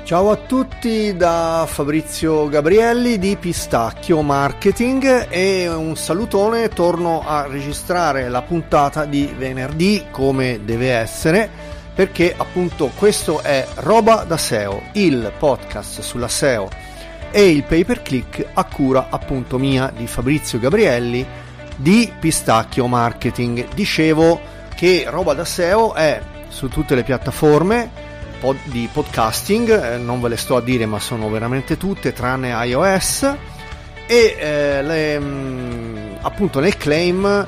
Ciao a tutti da Fabrizio Gabrielli di Pistacchio Marketing e un salutone. Torno a registrare la puntata di venerdì come deve essere, perché appunto questo è Roba da SEO, il podcast sulla SEO e il pay per click a cura appunto mia di Fabrizio Gabrielli di Pistacchio Marketing. Dicevo che Roba da SEO è su tutte le piattaforme di podcasting, non ve le sto a dire ma sono veramente tutte tranne iOS, e appunto nel claim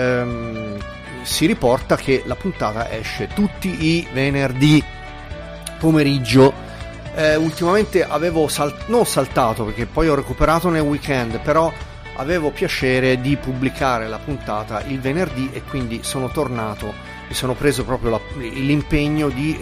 si riporta che la puntata esce tutti i venerdì pomeriggio. Ultimamente avevo non saltato, perché poi ho recuperato nel weekend, però avevo piacere di pubblicare la puntata il venerdì e quindi sono tornato. Mi sono preso proprio l'impegno di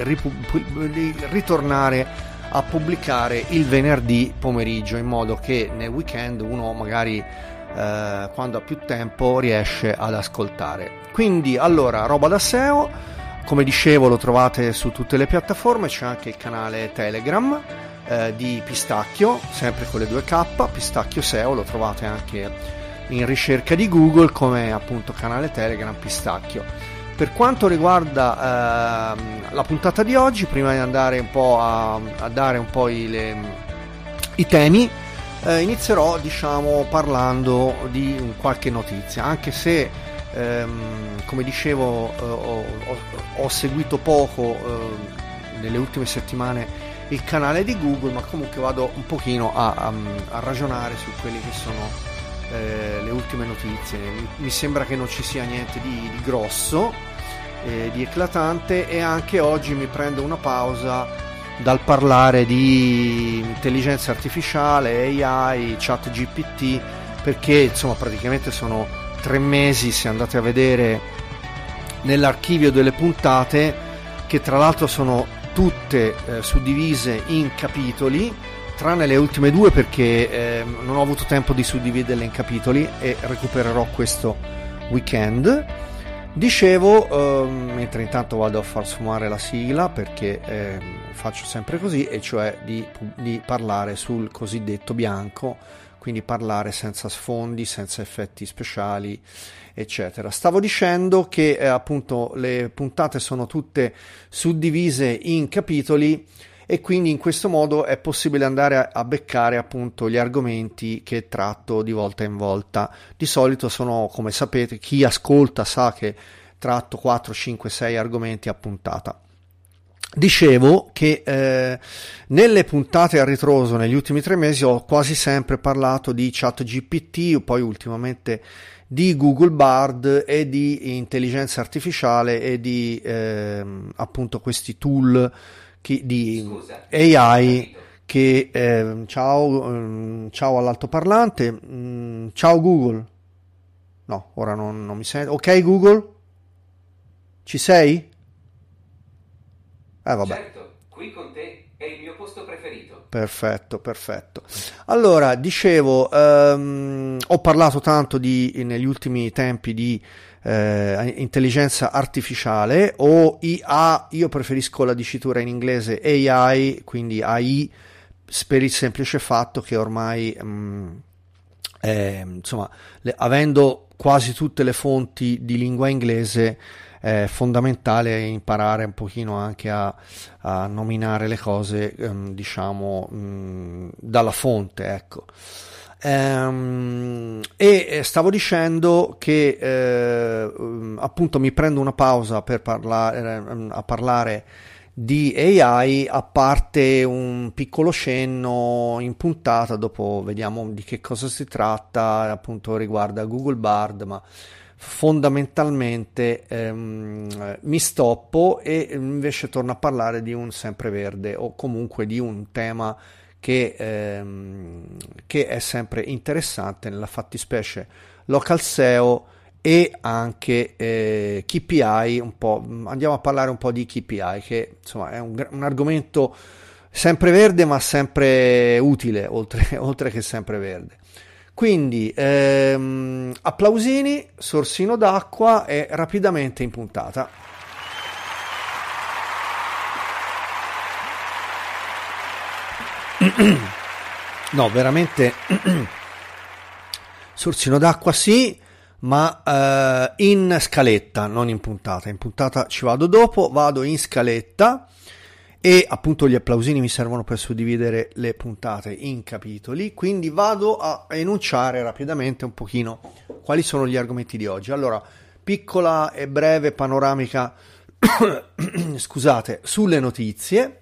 ritornare a pubblicare il venerdì pomeriggio, in modo che nel weekend uno magari quando ha più tempo riesce ad ascoltare. Quindi allora, Roba da SEO, come dicevo, lo trovate su tutte le piattaforme. C'è anche il canale Telegram di Pistacchio, sempre con le 2K, Pistacchio SEO, lo trovate anche in ricerca di Google come appunto canale Telegram Pistacchio. Per quanto riguarda la puntata di oggi, prima di andare un po' a dare un po' i temi, inizierò parlando di qualche notizia, anche se come dicevo ho seguito poco nelle ultime settimane il canale di Google, ma comunque vado un pochino a ragionare su quelli che sono le ultime notizie. Mi sembra che non ci sia niente di grosso, di eclatante, e anche oggi mi prendo una pausa dal parlare di intelligenza artificiale, AI, chat GPT, perché insomma praticamente sono 3 mesi, se andate a vedere nell'archivio delle puntate, che tra l'altro sono tutte suddivise in capitoli, tranne le ultime 2 perché non ho avuto tempo di suddividerle in capitoli e recupererò questo weekend. Dicevo, mentre intanto vado a far sfumare la sigla, perché faccio sempre così, e cioè di parlare sul cosiddetto bianco, quindi parlare senza sfondi, senza effetti speciali, eccetera. Stavo dicendo che appunto le puntate sono tutte suddivise in capitoli, e quindi in questo modo è possibile andare a beccare appunto gli argomenti che tratto di volta in volta. Di solito sono, come sapete, chi ascolta sa che tratto 4, 5, 6 argomenti a puntata. Dicevo che nelle puntate a ritroso negli ultimi 3 mesi ho quasi sempre parlato di ChatGPT, poi ultimamente di Google Bard e di intelligenza artificiale e di appunto questi tool di AI che ciao all'altoparlante, ciao Google, no, ora non mi sento. Ok Google, ci sei? Vabbè. Certo, qui con te è il mio posto preferito. Perfetto. Allora, dicevo, ho parlato tanto negli ultimi tempi di intelligenza artificiale o IA. Io preferisco la dicitura in inglese AI, quindi AI, per il semplice fatto che ormai insomma, avendo quasi tutte le fonti di lingua inglese, è fondamentale imparare un pochino anche a nominare le cose dalla fonte, ecco. E stavo dicendo che appunto mi prendo una pausa per parlare di AI, a parte un piccolo cenno in puntata, dopo vediamo di che cosa si tratta, appunto riguarda Google Bard, ma fondamentalmente mi stoppo e invece torno a parlare di un sempreverde, o comunque di un tema che è sempre interessante, nella fattispecie local SEO e anche KPI. Un po', andiamo a parlare un po' di KPI, che insomma è un argomento sempreverde ma sempre utile, oltre che sempreverde. Quindi applausini, sorsino d'acqua e rapidamente in puntata. No, veramente sorsino d'acqua sì, ma in scaletta, non in puntata. In puntata ci vado dopo, vado in scaletta e appunto gli applausini mi servono per suddividere le puntate in capitoli, quindi vado a enunciare rapidamente un pochino quali sono gli argomenti di oggi. Allora, piccola e breve panoramica scusate, sulle notizie.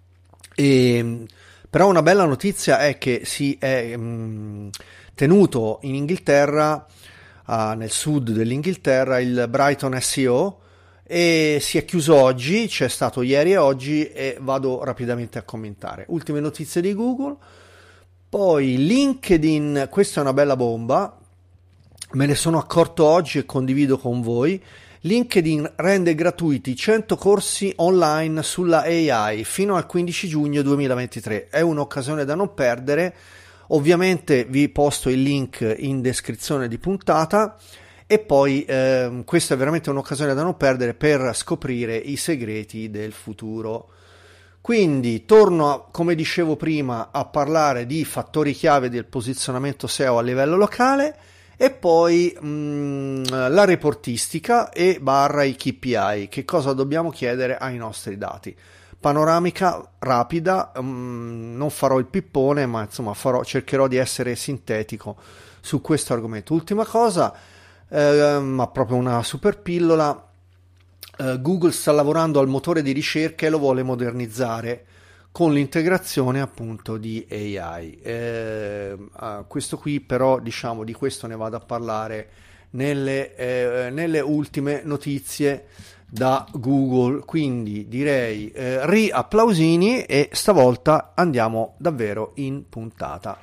Però una bella notizia è che si è tenuto in Inghilterra, nel sud dell'Inghilterra, il Brighton SEO, e si è chiuso oggi, c'è stato ieri e oggi, e vado rapidamente a commentare. Ultime notizie di Google, poi LinkedIn, questa è una bella bomba, me ne sono accorto oggi e condivido con voi. LinkedIn rende gratuiti 100 corsi online sulla AI fino al 15 giugno 2023. È un'occasione da non perdere. Ovviamente vi posto il link in descrizione di puntata e poi questa è veramente un'occasione da non perdere per scoprire i segreti del futuro. Quindi torno, come dicevo prima, a parlare di fattori chiave del posizionamento SEO a livello locale. E poi la reportistica e barra i KPI, che cosa dobbiamo chiedere ai nostri dati. Panoramica rapida, non farò il pippone, ma insomma cercherò di essere sintetico su questo argomento. Ultima cosa, ma proprio una super pillola, Google sta lavorando al motore di ricerca e lo vuole modernizzare con l'integrazione appunto di AI. Questo qui però, diciamo, di questo ne vado a parlare nelle ultime notizie da Google, quindi direi riapplausini e stavolta andiamo davvero in puntata.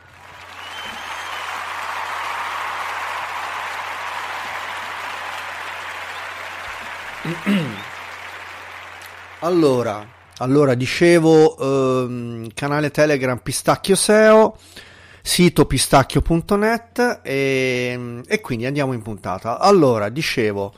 Allora, dicevo, canale Telegram Pistacchio SEO, sito pistacchio.net e quindi andiamo in puntata. Allora, dicevo,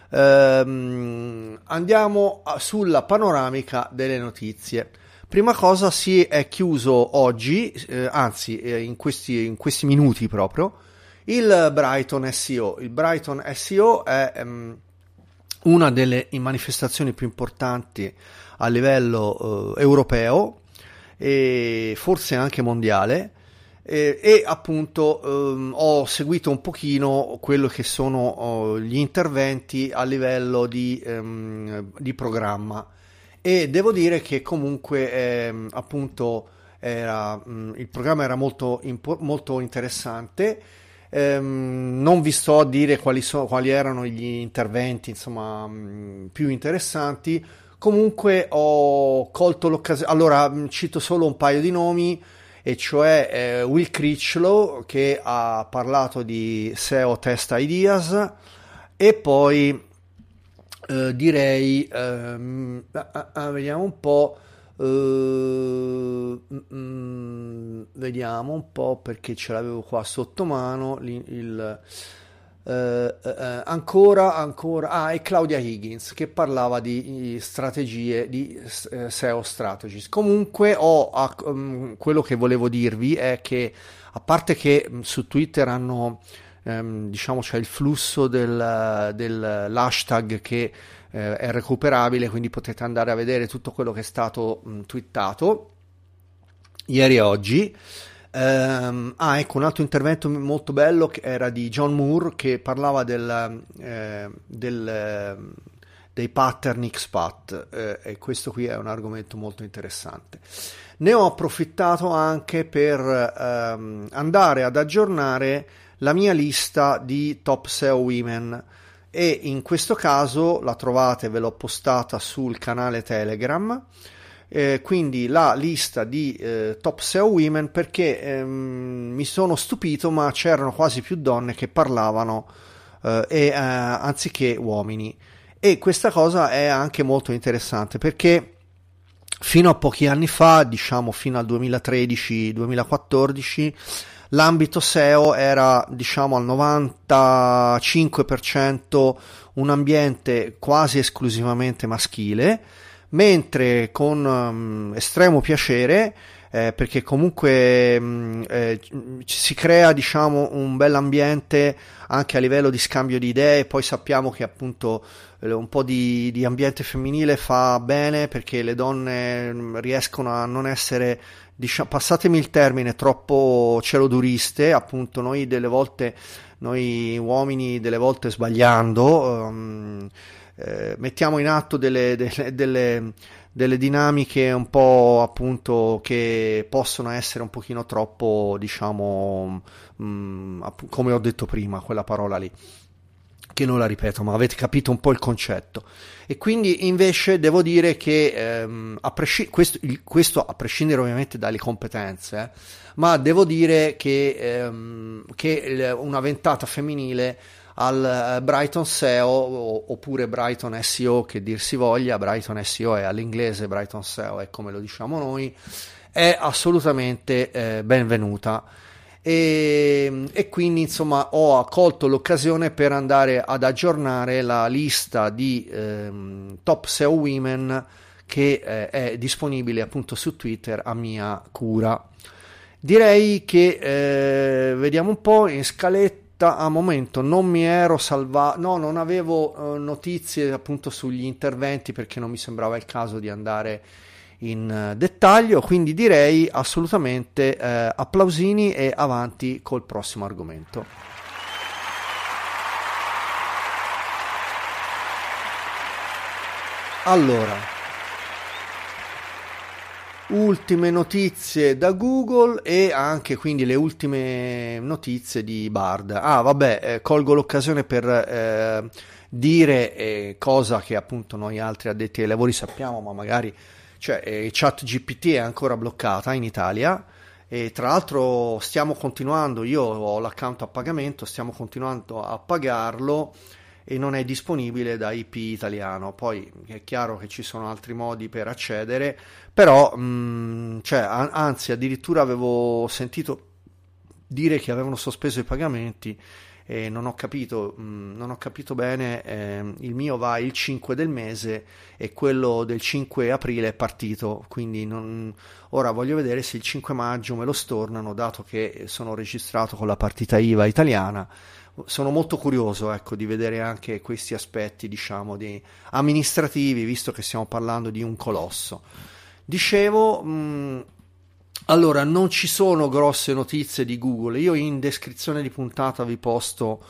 andiamo sulla panoramica delle notizie. Prima cosa, si è chiuso oggi, in questi minuti proprio, il Brighton SEO. Il Brighton SEO è una delle manifestazioni più importanti a livello europeo e forse anche mondiale, e appunto ho seguito un pochino quello che sono gli interventi a livello di programma, e devo dire che comunque appunto il programma era molto interessante. Non vi sto a dire quali erano gli interventi insomma più interessanti. Comunque ho colto l'occasione. Allora, cito solo un paio di nomi, e cioè Will Critchlow, che ha parlato di SEO Test Ideas, e poi direi vediamo un po'. Vediamo un po', perché ce l'avevo qua sotto mano ancora e Claudia Higgins, che parlava di strategie di SEO strategies. Comunque quello che volevo dirvi è che, a parte che su Twitter hanno diciamo c'è il flusso dell'hashtag che è recuperabile, quindi potete andare a vedere tutto quello che è stato twittato ieri e oggi. Ecco, un altro intervento molto bello che era di John Moore, che parlava dei pattern XPath, e questo qui è un argomento molto interessante. Ne ho approfittato anche per andare ad aggiornare la mia lista di top SEO women, e in questo caso la trovate, ve l'ho postata sul canale Telegram, quindi la lista di top SEO women, perché mi sono stupito, ma c'erano quasi più donne che parlavano anziché uomini, e questa cosa è anche molto interessante, perché fino a pochi anni fa, diciamo fino al 2013-2014, l'ambito SEO era, diciamo, al 95% un ambiente quasi esclusivamente maschile, mentre con estremo piacere perché comunque si crea, diciamo, un bell'ambiente anche a livello di scambio di idee. Poi sappiamo che appunto un po' di ambiente femminile fa bene, perché le donne riescono a non essere, diciamo, passatemi il termine, troppo celoduriste. Appunto noi uomini delle volte sbagliando mettiamo in atto delle dinamiche un po', appunto, che possono essere un pochino troppo, diciamo, come ho detto prima, quella parola lì, che non la ripeto, ma avete capito un po' il concetto. E quindi invece devo dire che questo a prescindere ovviamente dalle competenze, ma devo dire che una ventata femminile al Brighton SEO, oppure Brighton SEO, che dir si voglia. Brighton SEO è all'inglese, Brighton SEO è come lo diciamo noi, è assolutamente benvenuta. E quindi, insomma, ho accolto l'occasione per andare ad aggiornare la lista di top SEO women che è disponibile appunto su Twitter a mia cura. Direi che vediamo un po' in scaletta. A momento non mi ero salvato, no, non avevo notizie appunto sugli interventi, perché non mi sembrava il caso di andare in dettaglio, quindi direi assolutamente applausini e avanti col prossimo argomento. Allora, ultime notizie da Google e anche quindi le ultime notizie di Bard. Vabbè, colgo l'occasione per dire cosa che appunto noi altri addetti ai lavori sappiamo, ma magari, cioè, ChatGPT è ancora bloccata in Italia. E tra l'altro stiamo continuando, io ho l'account a pagamento, stiamo continuando a pagarlo e non è disponibile da IP italiano. Poi è chiaro che ci sono altri modi per accedere, però cioè, anzi addirittura avevo sentito dire che avevano sospeso i pagamenti e non ho capito bene. Il mio va il 5 del mese e quello del 5 aprile è partito, quindi ora voglio vedere se il 5 maggio me lo stornano, dato che sono registrato con la partita IVA italiana. Sono molto curioso, ecco, di vedere anche questi aspetti, diciamo, amministrativi, visto che stiamo parlando di un colosso. Dicevo, allora, non ci sono grosse notizie di Google. Io in descrizione di puntata vi posto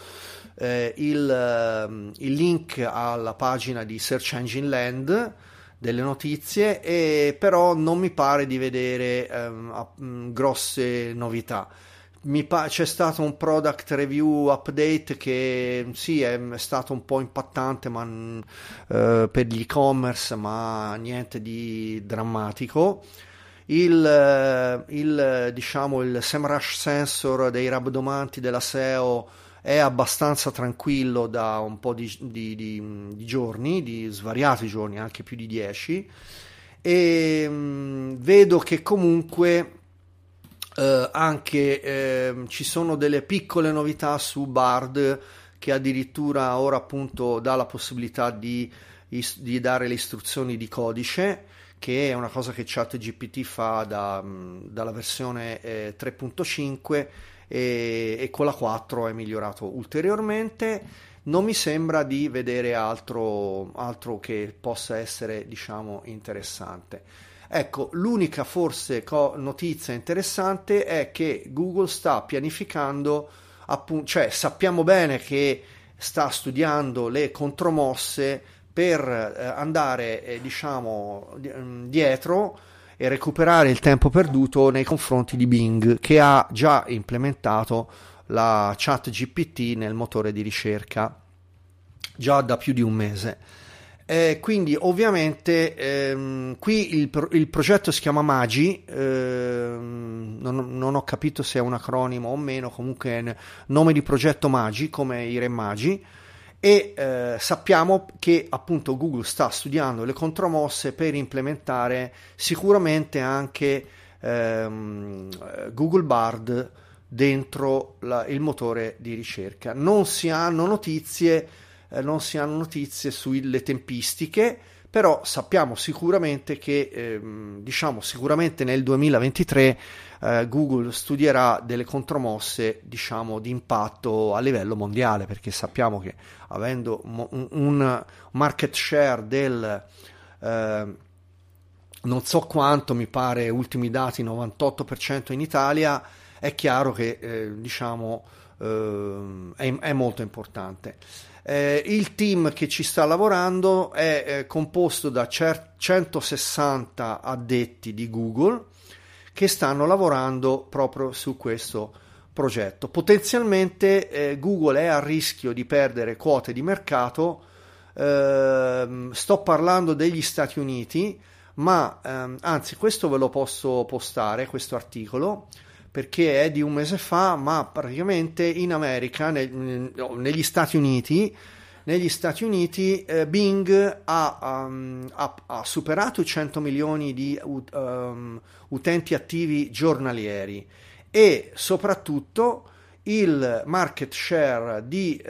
il link alla pagina di Search Engine Land delle notizie, e però non mi pare di vedere grosse novità. C'è stato un product review update che sì, è stato un po' impattante, ma per gli e-commerce, ma niente di drammatico. Diciamo, il SEMrush sensor dei rabdomanti della SEO è abbastanza tranquillo da un po' di giorni, di svariati giorni, anche più di 10, e vedo che comunque anche ci sono delle piccole novità su Bard, che addirittura ora appunto dà la possibilità di dare le istruzioni di codice, che è una cosa che ChatGPT fa dalla versione 3.5, e con la 4 è migliorato ulteriormente. Non mi sembra di vedere altro che possa essere, diciamo, interessante. Ecco, l'unica forse notizia interessante è che Google sta pianificando, appunto, cioè sappiamo bene che sta studiando le contromosse per andare diciamo dietro e recuperare il tempo perduto nei confronti di Bing, che ha già implementato la ChatGPT nel motore di ricerca già da più di un mese. Quindi ovviamente qui il progetto si chiama Magi, non ho capito se è un acronimo o meno, comunque è nome di progetto Magi, come i Re Magi, e sappiamo che appunto Google sta studiando le contromosse per implementare sicuramente anche Google Bard dentro il motore di ricerca. Non si hanno notizie sulle tempistiche, però sappiamo sicuramente che sicuramente nel 2023 Google studierà delle contromosse di impatto a livello mondiale, perché sappiamo che avendo un market share del non so quanto, mi pare ultimi dati 98% in Italia, è chiaro che è molto importante. Il team che ci sta lavorando è composto da 160 addetti di Google che stanno lavorando proprio su questo progetto. Potenzialmente Google è a rischio di perdere quote di mercato. Sto parlando degli Stati Uniti, ma anzi questo ve lo posso postare, questo articolo, perché è di un mese fa, ma praticamente in America, negli Stati Uniti, Bing ha superato i 100 milioni di utenti attivi giornalieri, e soprattutto il market share di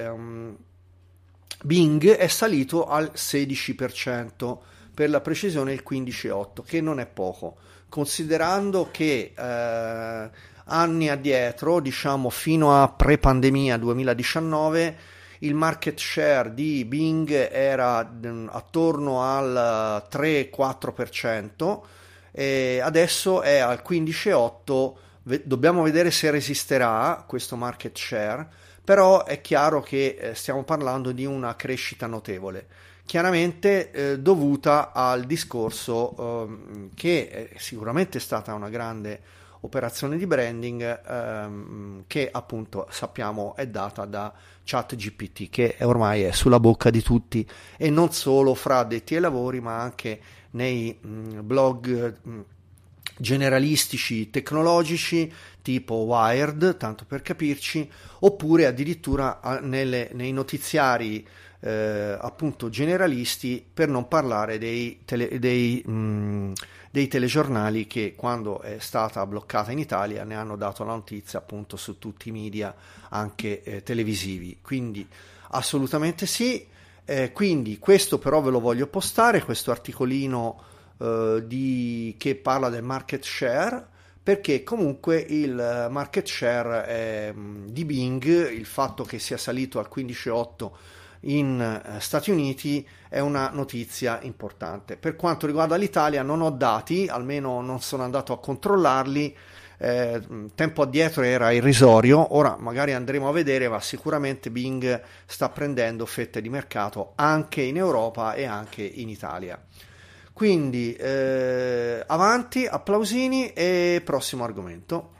Bing è salito al 16%, per la precisione il 15,8%, che non è poco, considerando che anni addietro, fino a pre-pandemia 2019, il market share di Bing era attorno al 3-4%, e adesso è al 15,8%. Dobbiamo vedere se resisterà questo market share, però è chiaro che stiamo parlando di una crescita notevole, chiaramente dovuta al discorso che sicuramente è stata una grande operazione di branding, che appunto sappiamo è data da ChatGPT, che ormai è sulla bocca di tutti, e non solo fra addetti ai lavori, ma anche nei blog generalistici tecnologici tipo Wired, tanto per capirci, oppure addirittura nei notiziari appunto generalisti, per non parlare dei telegiornali, che quando è stata bloccata in Italia ne hanno dato la notizia appunto su tutti i media anche televisivi. Quindi assolutamente sì. Quindi questo però ve lo voglio postare, questo articolino che parla del market share, perché comunque il market share di Bing, il fatto che sia salito al 15,8 in Stati Uniti, è una notizia importante. Per quanto riguarda l'Italia non ho dati, almeno non sono andato a controllarli, tempo addietro era irrisorio, ora magari andremo a vedere, ma sicuramente Bing sta prendendo fette di mercato anche in Europa e anche in Italia. Quindi avanti, applausini, e prossimo argomento.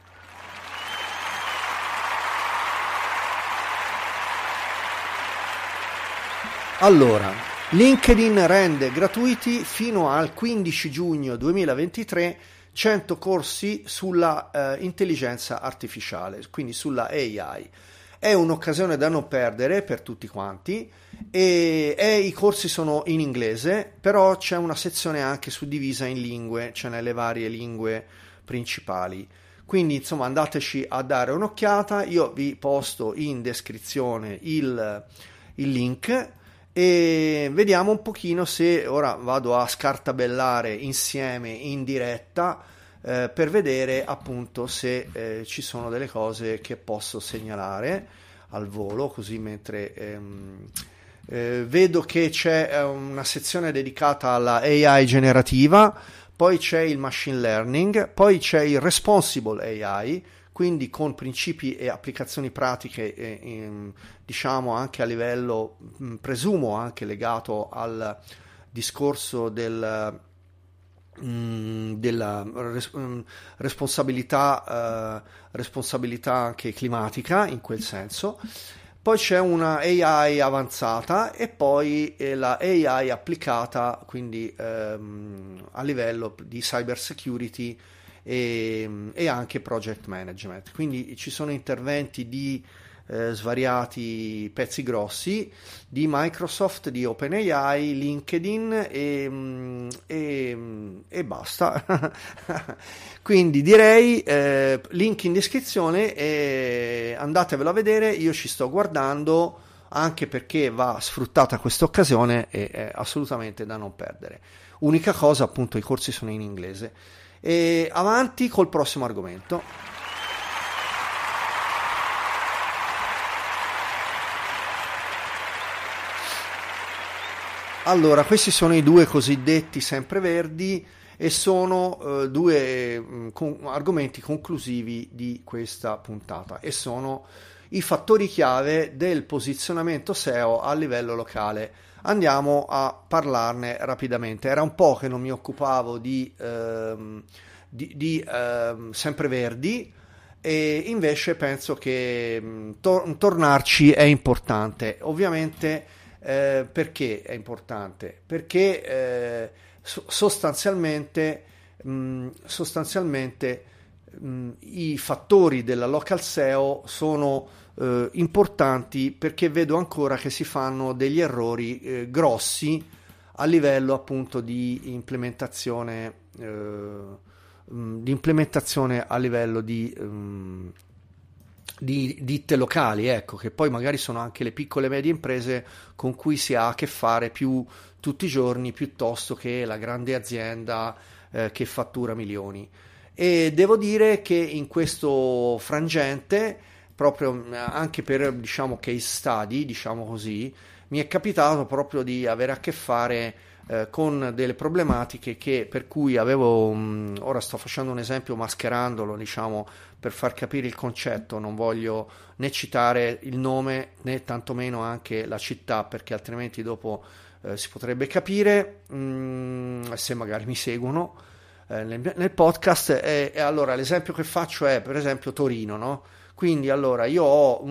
Allora, LinkedIn rende gratuiti fino al 15 giugno 2023 100 corsi sulla intelligenza artificiale, quindi sulla AI. È un'occasione da non perdere per tutti quanti, e i corsi sono in inglese, però c'è una sezione anche suddivisa in lingue, c'è nelle varie lingue principali. Quindi insomma andateci a dare un'occhiata, io vi posto in descrizione il link, e vediamo un pochino se ora vado a scartabellare insieme in diretta per vedere appunto se ci sono delle cose che posso segnalare al volo, così mentre vedo che c'è una sezione dedicata alla AI generativa, poi c'è il machine learning, poi c'è il responsible AI, quindi con principi e applicazioni pratiche, diciamo anche a livello, presumo anche legato al discorso della responsabilità anche climatica, in quel senso. Poi c'è una AI avanzata, e poi la AI applicata, quindi a livello di cyber security e anche project management. Quindi ci sono interventi di svariati pezzi grossi di Microsoft, di OpenAI, LinkedIn e basta. Quindi direi link in descrizione, e andatevelo a vedere. Io ci sto guardando anche perché va sfruttata questa occasione e è assolutamente da non perdere. Unica cosa, appunto, i corsi sono in inglese. E avanti col prossimo argomento. Allora, questi sono i due cosiddetti sempreverdi e sono due argomenti conclusivi di questa puntata e sono i fattori chiave del posizionamento SEO a livello locale. Andiamo a parlarne rapidamente. Era un po' che non mi occupavo di sempreverdi e invece penso che tornarci è importante. Ovviamente perché è importante? Perché sostanzialmente i fattori della local SEO sono importanti, perché vedo ancora che si fanno degli errori grossi a livello appunto di implementazione a livello di ditte locali, ecco, che poi magari sono anche le piccole e medie imprese con cui si ha a che fare più tutti i giorni, piuttosto che la grande azienda che fattura milioni. E devo dire che in questo frangente, proprio anche per, diciamo, case study, diciamo così, mi è capitato proprio di avere a che fare con delle problematiche per cui avevo, ora sto facendo un esempio mascherandolo, diciamo, per far capire il concetto. Non voglio né citare il nome né tantomeno anche la città, perché altrimenti dopo si potrebbe capire, se magari mi seguono nel podcast. E allora l'esempio che faccio è per esempio Torino, no? Quindi allora io ho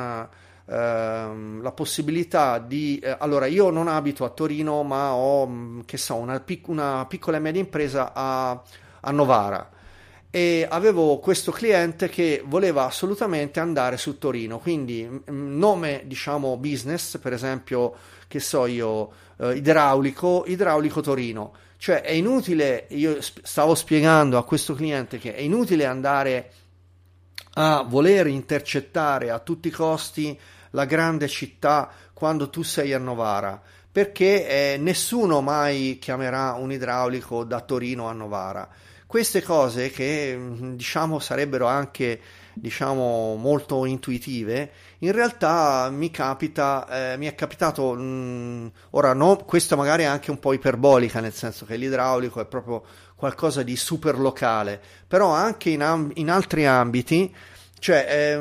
la possibilità di allora io non abito a Torino, ma ho che so una piccola e media impresa a Novara, e avevo questo cliente che voleva assolutamente andare su Torino, quindi nome, diciamo, business, per esempio, che so io, idraulico Torino. Cioè è inutile, io stavo spiegando a questo cliente che è inutile andare a voler intercettare a tutti i costi la grande città quando tu sei a Novara, perché nessuno mai chiamerà un idraulico da Torino a Novara. Queste cose che diciamo sarebbero anche, diciamo, molto intuitive, in realtà mi è capitato, ora no, questo magari è anche un po' iperbolica, nel senso che l'idraulico è proprio qualcosa di super locale, però anche in altri ambiti, cioè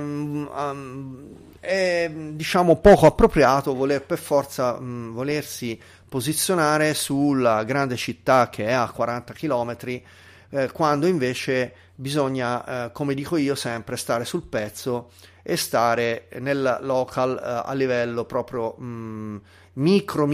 è diciamo poco appropriato voler per forza volersi posizionare sulla grande città che è a 40 km, quando invece bisogna, come dico io sempre, stare sul pezzo e stare nel local a livello proprio micro.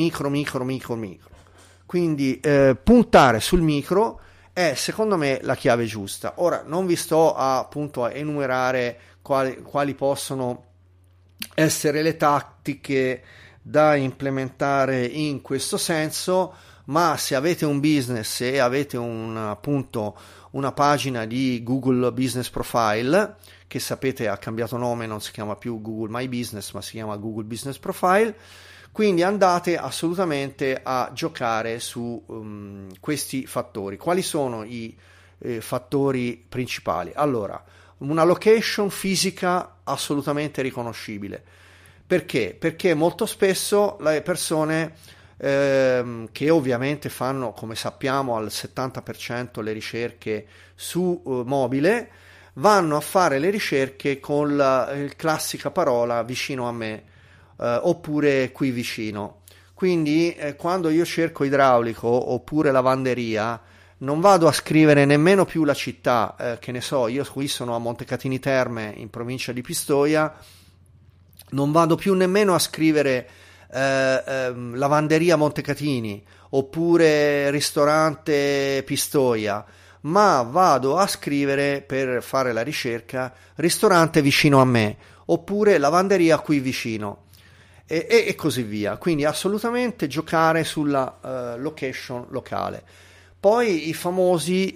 Quindi puntare sul micro è secondo me la chiave giusta. Ora non vi sto appunto a enumerare quali possono essere le tattiche da implementare in questo senso, ma se avete un business e avete appunto una pagina di Google Business Profile, che sapete ha cambiato nome, non si chiama più Google My Business ma si chiama Google Business Profile, quindi andate assolutamente a giocare su questi fattori. Quali sono i fattori principali? Allora, una location fisica assolutamente riconoscibile. Perché? Perché molto spesso le persone che ovviamente fanno, come sappiamo, al 70% le ricerche su mobile, vanno a fare le ricerche con la classica parola vicino a me, oppure qui vicino. Quindi quando io cerco idraulico oppure lavanderia, non vado a scrivere nemmeno più la città, che ne so, io qui sono a Montecatini Terme in provincia di Pistoia, non vado più nemmeno a scrivere lavanderia Montecatini oppure ristorante Pistoia, ma vado a scrivere, per fare la ricerca, ristorante vicino a me oppure lavanderia qui vicino, e così via. Quindi assolutamente giocare sulla location locale. Poi i famosi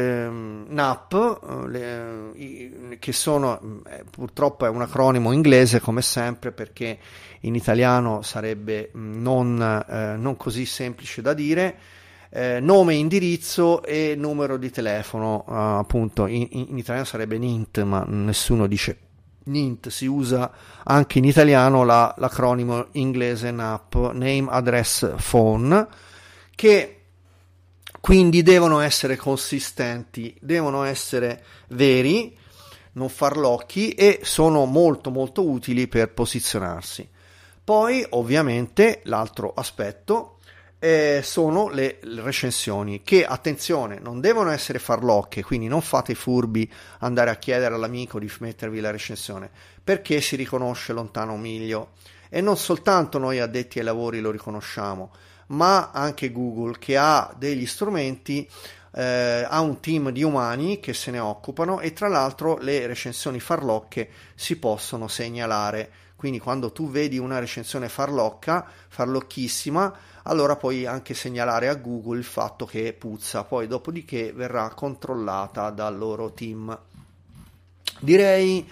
NAP, che sono, purtroppo è un acronimo inglese come sempre, perché in italiano sarebbe non così semplice da dire. Nome, indirizzo e numero di telefono, appunto in italiano sarebbe NINT, ma nessuno dice NINT, si usa anche in italiano l'acronimo inglese NAP, Name, Address, Phone, che quindi devono essere consistenti, devono essere veri, non farlocchi, e sono molto molto utili per posizionarsi. Poi ovviamente l'altro aspetto sono le recensioni, che, attenzione, non devono essere farlocche, quindi non fate i furbi andare a chiedere all'amico di mettervi la recensione, perché si riconosce lontano un miglio, e non soltanto noi addetti ai lavori lo riconosciamo, ma anche Google, che ha degli strumenti, ha un team di umani che se ne occupano, e tra l'altro le recensioni farlocche si possono segnalare. Quindi quando tu vedi una recensione farlocchissima, allora puoi anche segnalare a Google il fatto che puzza, poi dopodiché verrà controllata dal loro team. Direi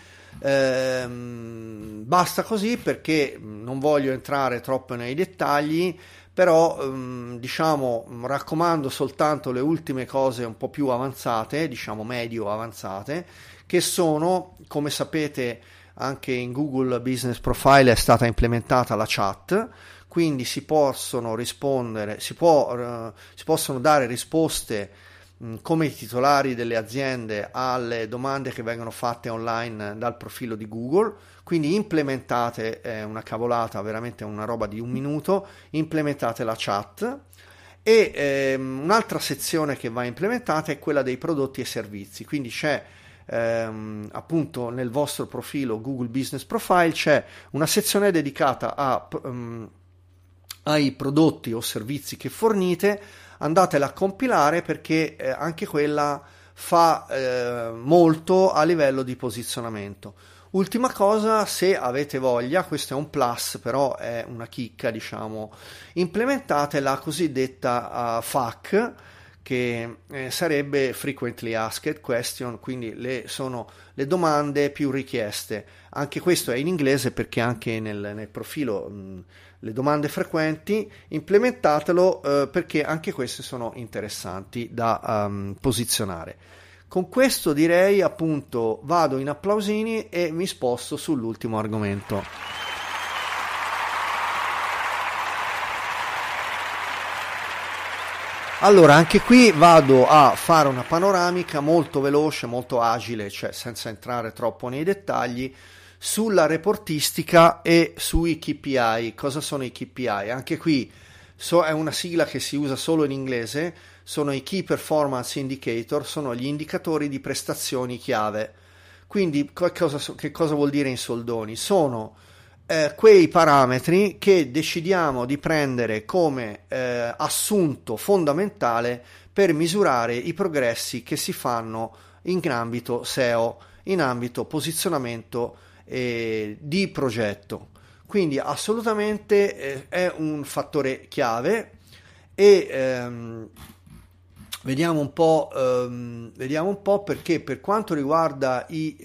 basta così, perché non voglio entrare troppo nei dettagli, però diciamo raccomando soltanto le ultime cose un po' più avanzate, diciamo medio avanzate, che sono, come sapete, anche in Google Business Profile è stata implementata la chat, quindi si possono rispondere, si possono dare risposte come i titolari delle aziende alle domande che vengono fatte online dal profilo di Google. Quindi implementate, è una cavolata, veramente una roba di un minuto, implementate la chat. E un'altra sezione che va implementata è quella dei prodotti e servizi, quindi c'è appunto nel vostro profilo Google Business Profile c'è una sezione dedicata ai prodotti o servizi che fornite. Andatela a compilare, perché anche quella fa molto a livello di posizionamento. Ultima cosa, se avete voglia, questo è un plus, però è una chicca, diciamo, implementate la cosiddetta FAQ, che sarebbe Frequently Asked Question, quindi sono le domande più richieste. Anche questo è in inglese, perché anche nel profilo le domande frequenti, implementatelo, perché anche queste sono interessanti da posizionare. Con questo direi, appunto, vado in applausini e mi sposto sull'ultimo argomento. Allora, anche qui vado a fare una panoramica molto veloce, molto agile, cioè senza entrare troppo nei dettagli, sulla reportistica e sui KPI. Cosa sono i KPI? Anche qui è una sigla che si usa solo in inglese, sono i Key Performance Indicator, sono gli indicatori di prestazioni chiave. Quindi che cosa vuol dire in soldoni? Sono quei parametri che decidiamo di prendere come assunto fondamentale per misurare i progressi che si fanno in ambito SEO, in ambito posizionamento di progetto. Quindi assolutamente è un fattore chiave. E vediamo un po', perché per quanto riguarda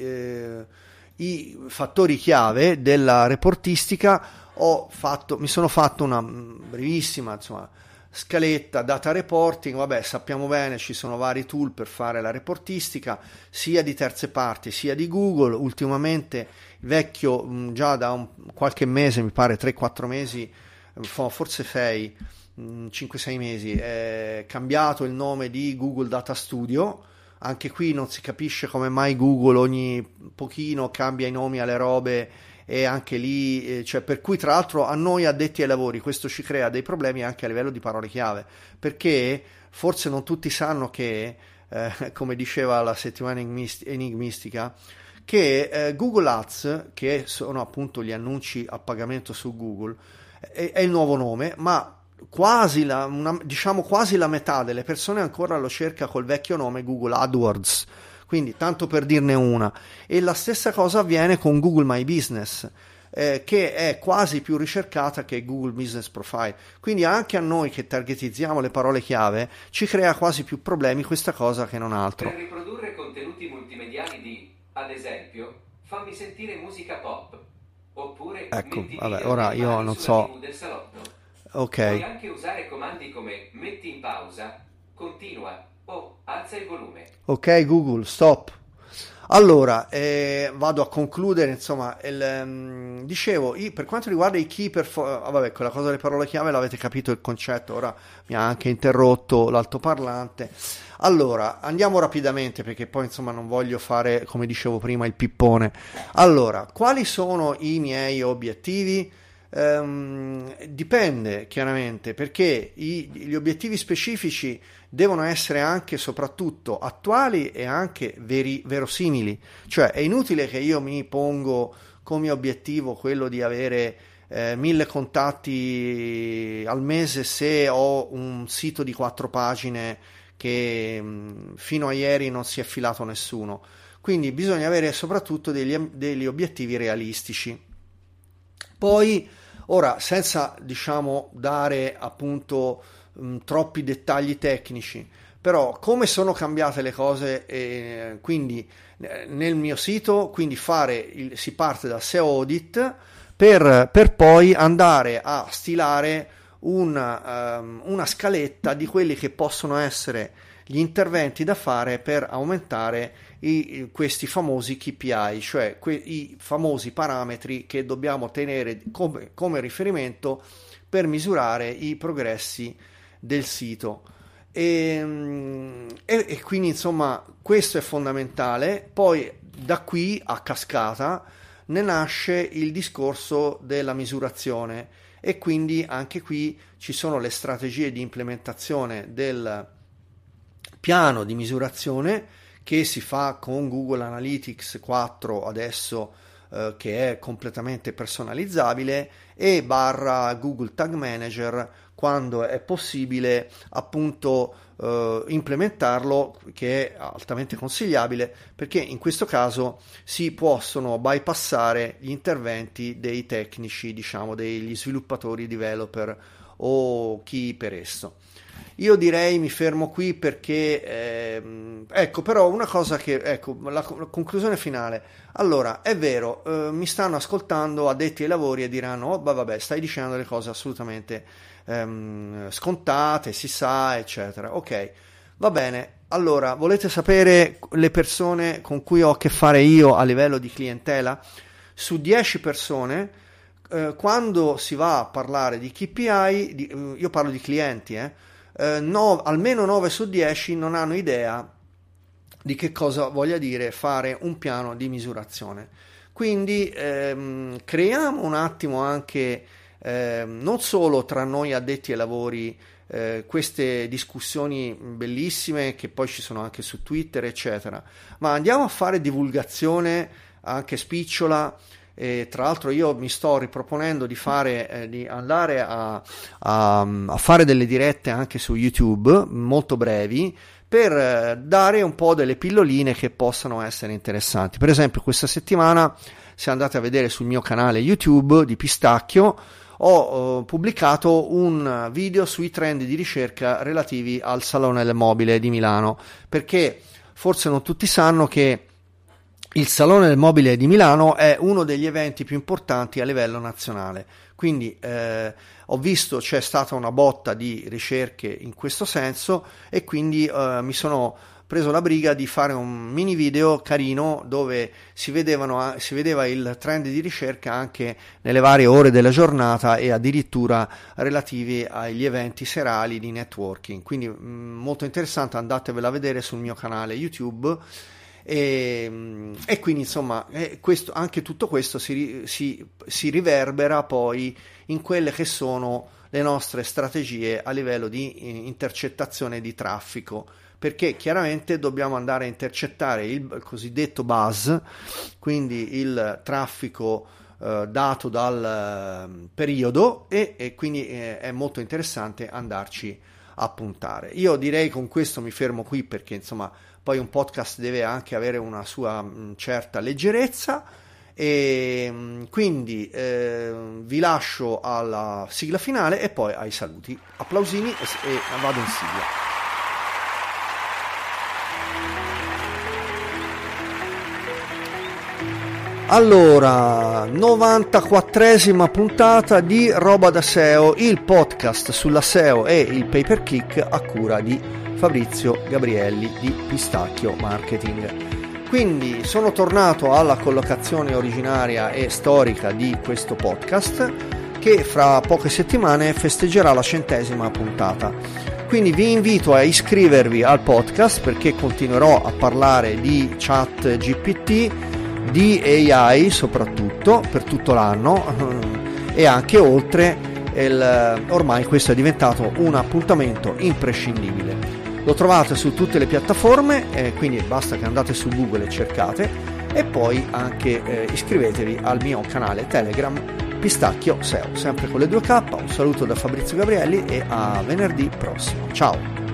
i fattori chiave della reportistica mi sono fatto una brevissima, insomma, scaletta. Data reporting, vabbè, sappiamo bene, ci sono vari tool per fare la reportistica, sia di terze parti sia di Google. Ultimamente vecchio, già da qualche mese, mi pare 3-4 mesi, forse 5-6 mesi, è cambiato il nome di Google Data Studio. Anche qui non si capisce come mai Google ogni pochino cambia i nomi alle robe, e anche lì, cioè, per cui tra l'altro a noi addetti ai lavori questo ci crea dei problemi anche a livello di parole chiave, perché forse non tutti sanno che, come diceva la settimana enigmistica, che Google Ads, che sono appunto gli annunci a pagamento su Google, è il nuovo nome, ma quasi la metà delle persone ancora lo cerca col vecchio nome Google AdWords, quindi tanto per dirne una. E la stessa cosa avviene con Google My Business, che è quasi più ricercata che Google Business Profile. Quindi anche a noi che targetizziamo le parole chiave ci crea quasi più problemi questa cosa che non altro. Per riprodurre contenuti multimediali di, ad esempio, fammi sentire musica pop, oppure ecco, metti vabbè, video ora io non so. TV del salotto. Ok. Puoi anche usare comandi come metti in pausa, continua o alza il volume. Ok Google, stop. Allora, vado a concludere, insomma, dicevo, per quanto riguarda i key vabbè, quella cosa delle parole chiave l'avete capito il concetto, ora mi ha anche interrotto l'altoparlante. Allora, andiamo rapidamente perché poi insomma non voglio fare, come dicevo prima, il pippone. Allora, quali sono i miei obiettivi? Dipende chiaramente perché gli obiettivi specifici devono essere anche soprattutto attuali e anche verosimili, cioè è inutile che io mi pongo come obiettivo quello di avere 1000 contatti al mese se ho un sito di 4 pagine che fino a ieri non si è filato nessuno. Quindi bisogna avere soprattutto degli obiettivi realistici. Poi, ora, senza diciamo dare appunto troppi dettagli tecnici, però come sono cambiate le cose, quindi nel mio sito, quindi si parte da SEO Audit per poi andare a stilare una scaletta di quelli che possono essere gli interventi da fare per aumentare questi famosi KPI, cioè i famosi parametri che dobbiamo tenere come riferimento per misurare i progressi del sito. E quindi insomma questo è fondamentale. Poi da qui a cascata ne nasce il discorso della misurazione e quindi anche qui ci sono le strategie di implementazione del piano di misurazione che si fa con Google Analytics 4 adesso, che è completamente personalizzabile, e / Google Tag Manager quando è possibile appunto implementarlo, che è altamente consigliabile perché in questo caso si possono bypassare gli interventi dei tecnici, diciamo degli sviluppatori, developer o chi per esso. Io direi mi fermo qui perché ecco, però una cosa che, ecco, la conclusione finale. Allora, è vero, mi stanno ascoltando addetti ai lavori e diranno: oh, vabbè, stai dicendo delle cose assolutamente scontate, si sa, eccetera. Ok, va bene. Allora, volete sapere le persone con cui ho a che fare io a livello di clientela? Su 10 persone, quando si va a parlare di KPI, io parlo di clienti, almeno 9 su 10 non hanno idea di che cosa voglia dire fare un piano di misurazione. Quindi creiamo un attimo anche non solo tra noi addetti ai lavori queste discussioni bellissime che poi ci sono anche su Twitter eccetera, ma andiamo a fare divulgazione anche spicciola. E tra l'altro io mi sto riproponendo di andare a fare delle dirette anche su YouTube molto brevi per dare un po' delle pilloline che possano essere interessanti. Per esempio questa settimana, se andate a vedere sul mio canale YouTube di Pistacchio, ho pubblicato un video sui trend di ricerca relativi al Salone del Mobile di Milano, perché forse non tutti sanno che il Salone del Mobile di Milano è uno degli eventi più importanti a livello nazionale, quindi ho visto c'è stata una botta di ricerche in questo senso e quindi mi sono preso la briga di fare un mini video carino dove si vedeva il trend di ricerca anche nelle varie ore della giornata e addirittura relativi agli eventi serali di networking, quindi molto interessante, andatevela a vedere sul mio canale YouTube. E quindi insomma anche tutto questo si riverbera poi in quelle che sono le nostre strategie a livello di intercettazione di traffico, perché chiaramente dobbiamo andare a intercettare il cosiddetto buzz, quindi il traffico dato dal periodo e quindi è molto interessante andarci a puntare. Io direi con questo mi fermo qui perché insomma poi un podcast deve anche avere una sua certa leggerezza E quindi vi lascio alla sigla finale e poi ai saluti, applausini e vado in sigla. Allora, 94esima puntata di Roba da SEO, il podcast sulla SEO e il pay per click a cura di Fabrizio Gabrielli di Pistacchio Marketing. Quindi sono tornato alla collocazione originaria e storica di questo podcast, che fra poche settimane festeggerà la 100esima puntata. Quindi vi invito a iscrivervi al podcast, perché continuerò a parlare di chat GPT, di AI soprattutto per tutto l'anno e anche oltre. Ormai questo è diventato un appuntamento imprescindibile. Lo trovate su tutte le piattaforme, quindi basta che andate su Google e cercate, e poi anche iscrivetevi al mio canale Telegram Pistacchio SEO, sempre con le 2K. Un saluto da Fabrizio Gabrielli e a venerdì prossimo. Ciao!